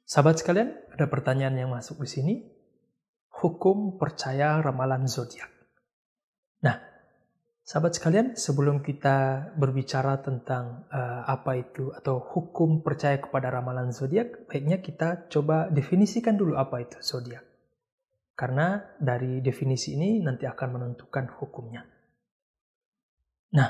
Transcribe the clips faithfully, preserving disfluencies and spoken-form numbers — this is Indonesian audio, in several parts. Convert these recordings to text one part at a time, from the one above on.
Sahabat sekalian, ada pertanyaan yang masuk di sini. Hukum percaya ramalan zodiak. Nah, sahabat sekalian, sebelum kita berbicara tentang uh, apa itu atau hukum percaya kepada ramalan zodiak, baiknya kita coba definisikan dulu apa itu zodiak. Karena dari definisi ini nanti akan menentukan hukumnya. Nah,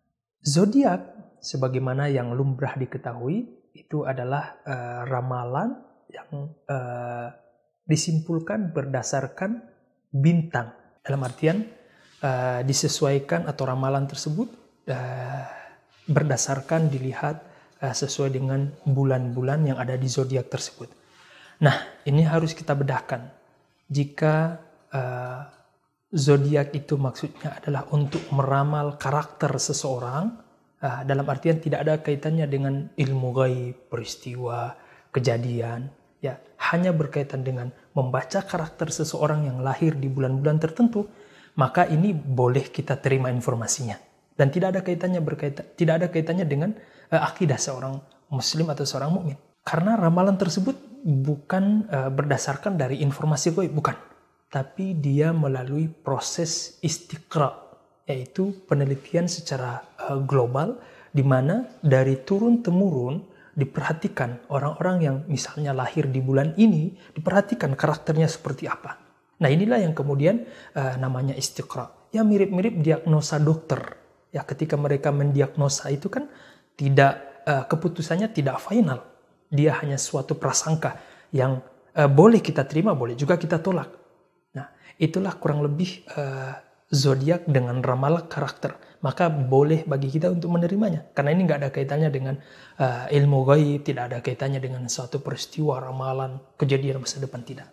zodiak sebagaimana yang lumrah diketahui itu adalah uh, ramalan yang uh, disimpulkan berdasarkan bintang. Dalam artian uh, disesuaikan atau ramalan tersebut uh, berdasarkan dilihat uh, sesuai dengan bulan-bulan yang ada di zodiak tersebut. Nah, ini harus kita bedahkan. Jika uh, zodiak itu maksudnya adalah untuk meramal karakter seseorang, uh, dalam artian tidak ada kaitannya dengan ilmu gaib, peristiwa, kejadian, ya hanya berkaitan dengan membaca karakter seseorang yang lahir di bulan-bulan tertentu, maka ini boleh kita terima informasinya dan tidak ada kaitannya berkaitan tidak ada kaitannya dengan uh, akidah seorang muslim atau seorang mukmin. Karena ramalan tersebut bukan uh, berdasarkan dari informasi gaib, bukan, tapi dia melalui proses istiqra, yaitu penelitian secara uh, global di mana dari turun temurun diperhatikan orang-orang yang misalnya lahir di bulan ini, diperhatikan karakternya seperti apa. Nah, inilah yang kemudian uh, namanya istiqra. Ya mirip-mirip diagnosa dokter. Ya ketika mereka mendiagnosa itu kan tidak uh, keputusannya tidak final. Dia hanya suatu prasangka yang uh, boleh kita terima, boleh juga kita tolak. Nah, itulah kurang lebih uh, zodiak dengan ramalan karakter. Maka boleh bagi kita untuk menerimanya. Karena ini nggak ada kaitannya dengan uh, ilmu gaib, tidak ada kaitannya dengan suatu peristiwa, ramalan, kejadian masa depan, tidak.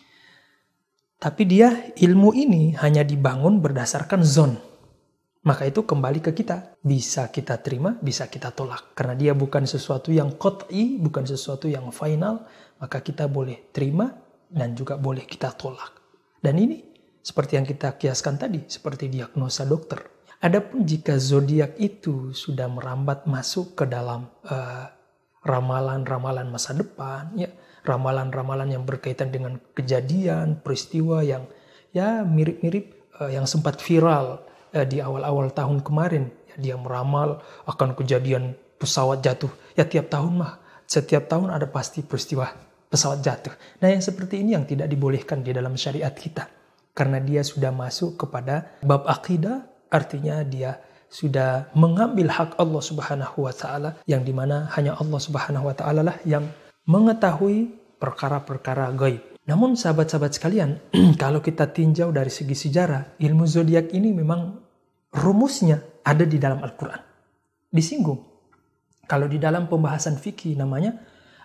Tapi dia, ilmu ini hanya dibangun berdasarkan zon. Maka itu kembali ke kita. Bisa kita terima, bisa kita tolak. Karena dia bukan sesuatu yang qat'i, bukan sesuatu yang final, maka kita boleh terima dan juga boleh kita tolak. Dan ini seperti yang kita kiaskan tadi, seperti diagnosa dokter. Adapun jika zodiak itu sudah merambat masuk ke dalam uh, ramalan-ramalan masa depan, ya ramalan-ramalan yang berkaitan dengan kejadian, peristiwa yang ya mirip-mirip uh, yang sempat viral uh, di awal-awal tahun kemarin, ya, dia meramal akan kejadian pesawat jatuh. Ya tiap tahun mah, setiap tahun ada pasti peristiwa pesawat jatuh. Nah, yang seperti ini yang tidak dibolehkan di dalam syariat kita, karena dia sudah masuk kepada bab akidah. Artinya dia sudah mengambil hak Allah Subhanahu wa taala, yang dimana hanya Allah Subhanahu wa taala lah yang mengetahui perkara-perkara gaib. Namun sahabat-sahabat sekalian, kalau kita tinjau dari segi sejarah, ilmu zodiak ini memang rumusnya ada di dalam Al-Qur'an. Disinggung. Kalau di dalam pembahasan fikih namanya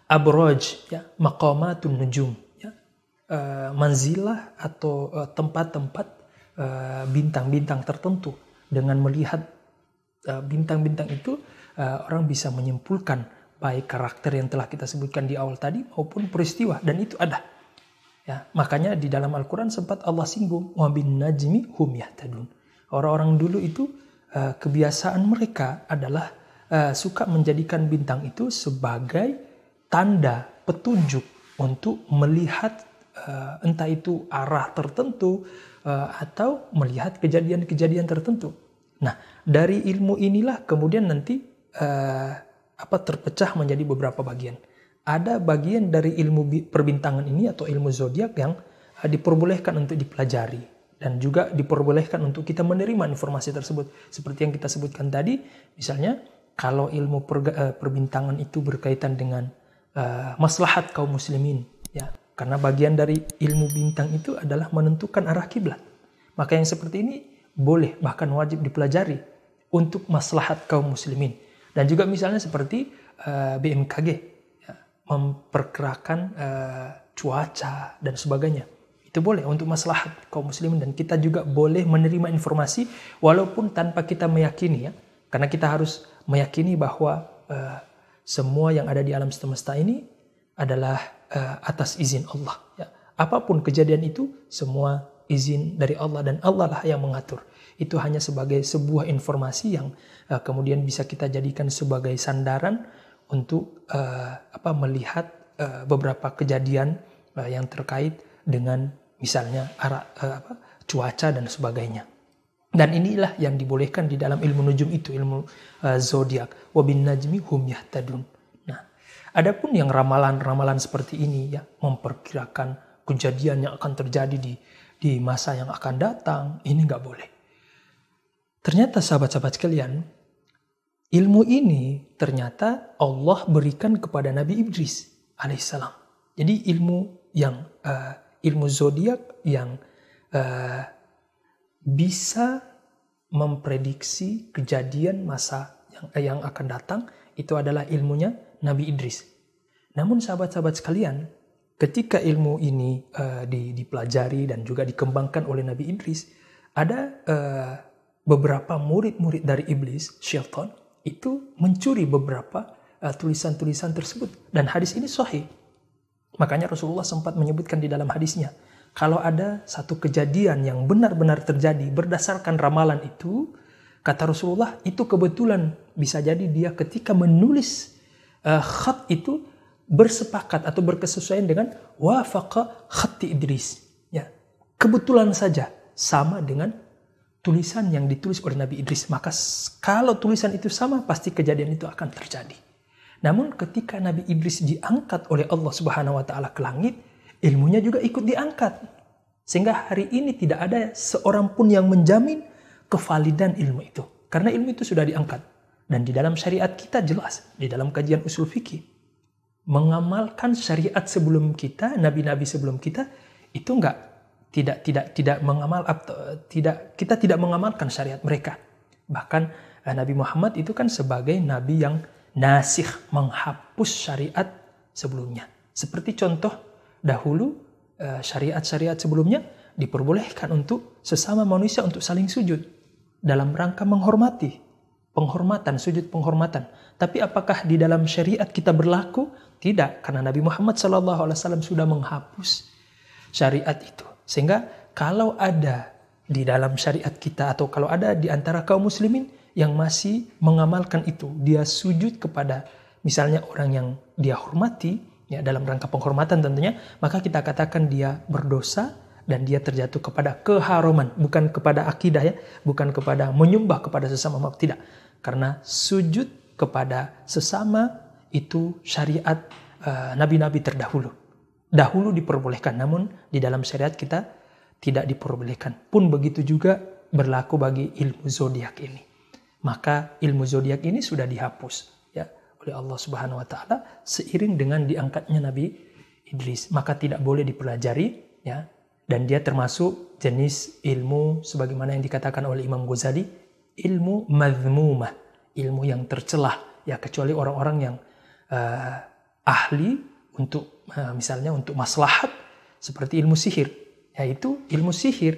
abraj, ya, maqamatun nujum, ya. Uh, manzilah atau uh, tempat-tempat bintang-bintang tertentu. Dengan melihat uh, bintang-bintang itu, uh, orang bisa menyimpulkan baik karakter yang telah kita sebutkan di awal tadi maupun peristiwa, dan itu ada. Ya, makanya di dalam Al-Quran sempat Allah singgung, wa bin najmi hum yahtadun. Orang-orang dulu itu uh, kebiasaan mereka adalah uh, suka menjadikan bintang itu sebagai tanda petunjuk untuk melihat uh, entah itu arah tertentu, Uh, atau melihat kejadian-kejadian tertentu. Nah, dari ilmu inilah kemudian nanti uh, apa terpecah menjadi beberapa bagian. Ada bagian dari ilmu perbintangan ini atau ilmu zodiak yang uh, diperbolehkan untuk dipelajari dan juga diperbolehkan untuk kita menerima informasi tersebut. Seperti yang kita sebutkan tadi, misalnya kalau ilmu per, uh, perbintangan itu berkaitan dengan uh, maslahat kaum muslimin, ya. Karena bagian dari ilmu bintang itu adalah menentukan arah kiblat. Maka yang seperti ini boleh, bahkan wajib dipelajari untuk maslahat kaum muslimin. Dan juga misalnya seperti uh, B M K G, ya, memperkirakan uh, cuaca dan sebagainya. Itu boleh untuk maslahat kaum muslimin, dan kita juga boleh menerima informasi walaupun tanpa kita meyakini, ya. Karena kita harus meyakini bahwa uh, semua yang ada di alam semesta ini adalah Uh, atas izin Allah. Ya. Apapun kejadian itu, semua izin dari Allah dan Allah lah yang mengatur. Itu hanya sebagai sebuah informasi yang uh, kemudian bisa kita jadikan sebagai sandaran untuk uh, apa melihat uh, beberapa kejadian uh, yang terkait dengan misalnya arah, uh, apa, cuaca dan sebagainya. Dan inilah yang dibolehkan di dalam ilmu nujum itu, ilmu uh, zodiak. Wa bin najmi hum yahtadun. Nah, adapun yang ramalan-ramalan seperti ini ya, memperkirakan kejadian yang akan terjadi di di masa yang akan datang, ini nggak boleh. Ternyata sahabat-sahabat sekalian, ilmu ini ternyata Allah berikan kepada Nabi Idris alaihissalam. Jadi ilmu yang uh, ilmu zodiak yang uh, bisa memprediksi kejadian masa yang, eh, yang akan datang, itu adalah ilmunya Nabi Idris. Namun sahabat-sahabat sekalian, ketika ilmu ini uh, dipelajari dan juga dikembangkan oleh Nabi Idris, ada uh, beberapa murid-murid dari iblis, syaitan, itu mencuri beberapa uh, tulisan-tulisan tersebut. Dan hadis ini sahih. Makanya Rasulullah sempat menyebutkan di dalam hadisnya, kalau ada satu kejadian yang benar-benar terjadi berdasarkan ramalan itu, kata Rasulullah, itu kebetulan bisa jadi dia ketika menulis uh, khat itu bersepakat atau berkesesuaian dengan wafaqa khatti Idris. Ya, kebetulan saja sama dengan tulisan yang ditulis oleh Nabi Idris. Maka kalau tulisan itu sama, pasti kejadian itu akan terjadi. Namun ketika Nabi Idris diangkat oleh Allah Subhanahu wa taala ke langit, ilmunya juga ikut diangkat. Sehingga hari ini tidak ada seorang pun yang menjamin kevalidan ilmu itu. Karena ilmu itu sudah diangkat. Dan di dalam syariat kita jelas, di dalam kajian usul fikih, mengamalkan syariat sebelum kita, nabi-nabi sebelum kita, itu enggak, tidak tidak tidak mengamal tidak kita tidak mengamalkan syariat mereka. Bahkan Nabi Muhammad itu kan sebagai nabi yang nasikh, menghapus syariat sebelumnya. Seperti contoh dahulu syariat-syariat sebelumnya diperbolehkan untuk sesama manusia untuk saling sujud dalam rangka menghormati, penghormatan, sujud penghormatan. Tapi apakah di dalam syariat kita berlaku? Tidak, karena Nabi Muhammad shallallahu alaihi wasallam sudah menghapus syariat itu. Sehingga kalau ada di dalam syariat kita atau kalau ada di antara kaum muslimin yang masih mengamalkan itu, dia sujud kepada misalnya orang yang dia hormati, ya dalam rangka penghormatan tentunya, maka kita katakan dia berdosa dan dia terjatuh kepada keharuman, bukan kepada akidah ya, bukan kepada menyembah kepada sesama makhluk, tidak. Karena sujud kepada sesama itu syariat uh, nabi-nabi terdahulu. Dahulu diperbolehkan, namun di dalam syariat kita tidak diperbolehkan. Pun begitu juga berlaku bagi ilmu zodiak ini. Maka ilmu zodiak ini sudah dihapus ya oleh Allah Subhanahu wa taala seiring dengan diangkatnya Nabi Idris. Maka tidak boleh dipelajari ya, dan dia termasuk jenis ilmu sebagaimana yang dikatakan oleh Imam Ghazali, ilmu madhmumah, ilmu yang tercelah ya, kecuali orang-orang yang uh, ahli untuk uh, misalnya untuk maslahat seperti ilmu sihir, yaitu ilmu sihir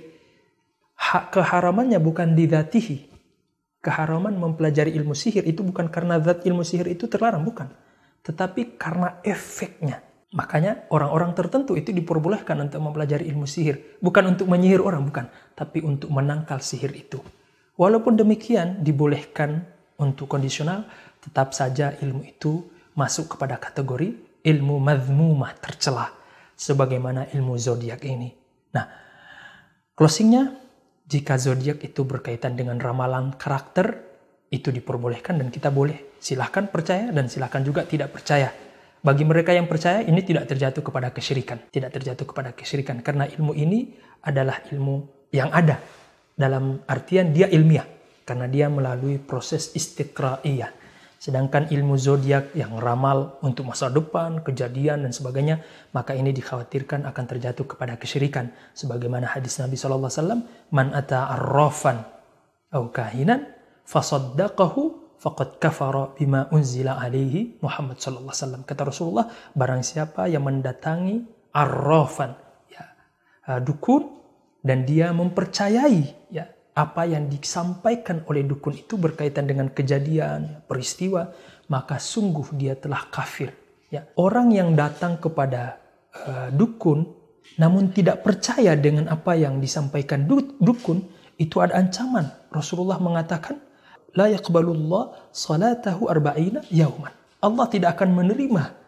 ha- keharamannya bukan di dzatihi. Keharaman mempelajari ilmu sihir itu bukan karena zat ilmu sihir itu terlarang, bukan, tetapi karena efeknya. Makanya orang-orang tertentu itu diperbolehkan untuk mempelajari ilmu sihir, bukan untuk menyihir orang, bukan, tapi untuk menangkal sihir itu. Walaupun demikian dibolehkan untuk kondisional, tetap saja ilmu itu masuk kepada kategori ilmu madhmumah, tercela, sebagaimana ilmu zodiak ini. Nah, closingnya, jika zodiak itu berkaitan dengan ramalan karakter, itu diperbolehkan dan kita boleh. Silahkan percaya dan silahkan juga tidak percaya. Bagi mereka yang percaya, ini tidak terjatuh kepada kesyirikan. Tidak terjatuh kepada kesyirikan. Karena ilmu ini adalah ilmu yang ada. Dalam artian dia ilmiah. Karena dia melalui proses istiqra'iyah. Sedangkan ilmu zodiak yang ramal untuk masa depan, kejadian dan sebagainya, maka ini dikhawatirkan akan terjatuh kepada kesyirikan. Sebagaimana hadis Nabi shallallahu alaihi wasallam, man ata arrafan au kahinan fasaddaqahu faqad kafara bima unzila alaihi Muhammad shallallahu alaihi wasallam. Kata Rasulullah, barang siapa yang mendatangi arrafan, ya, dukun, dan dia mempercayai ya apa yang disampaikan oleh dukun itu berkaitan dengan kejadian, peristiwa, maka sungguh dia telah kafir. Ya, orang yang datang kepada uh, dukun, namun tidak percaya dengan apa yang disampaikan du- dukun, itu ada ancaman. Rasulullah mengatakan, la yaqbalullah salatahu arba'ina yauman. Allah tidak akan menerima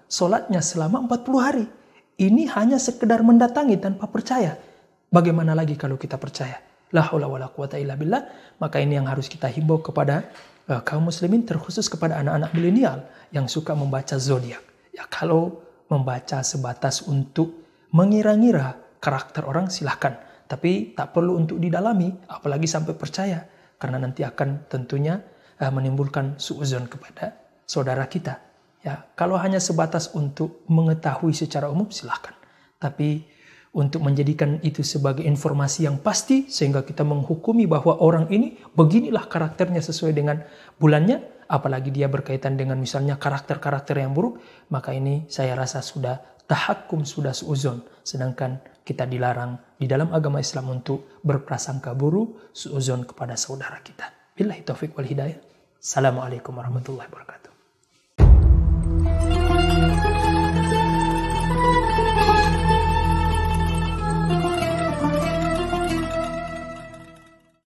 sholatnya selama empat puluh hari. Ini hanya sekedar mendatangi tanpa percaya. Bagaimana lagi kalau kita percaya? La haula wala quwata illa billah. Maka ini yang harus kita himbau kepada uh, kaum muslimin, terkhusus kepada anak-anak milenial yang suka membaca zodiak. Ya, kalau membaca sebatas untuk mengira-ngira karakter orang, silahkan. Tapi tak perlu untuk didalami, apalagi sampai percaya. Karena nanti akan tentunya uh, menimbulkan suuzon kepada saudara kita. Ya, kalau hanya sebatas untuk mengetahui secara umum, silahkan. Tapi untuk menjadikan itu sebagai informasi yang pasti, sehingga kita menghukumi bahwa orang ini beginilah karakternya sesuai dengan bulannya, apalagi dia berkaitan dengan misalnya karakter-karakter yang buruk, maka ini saya rasa sudah tahakkum, sudah suuzon. Sedangkan kita dilarang di dalam agama Islam untuk berprasangka buruk, suuzon kepada saudara kita. Billahi taufiq wal hidayah. Assalamualaikum warahmatullahi wabarakatuh.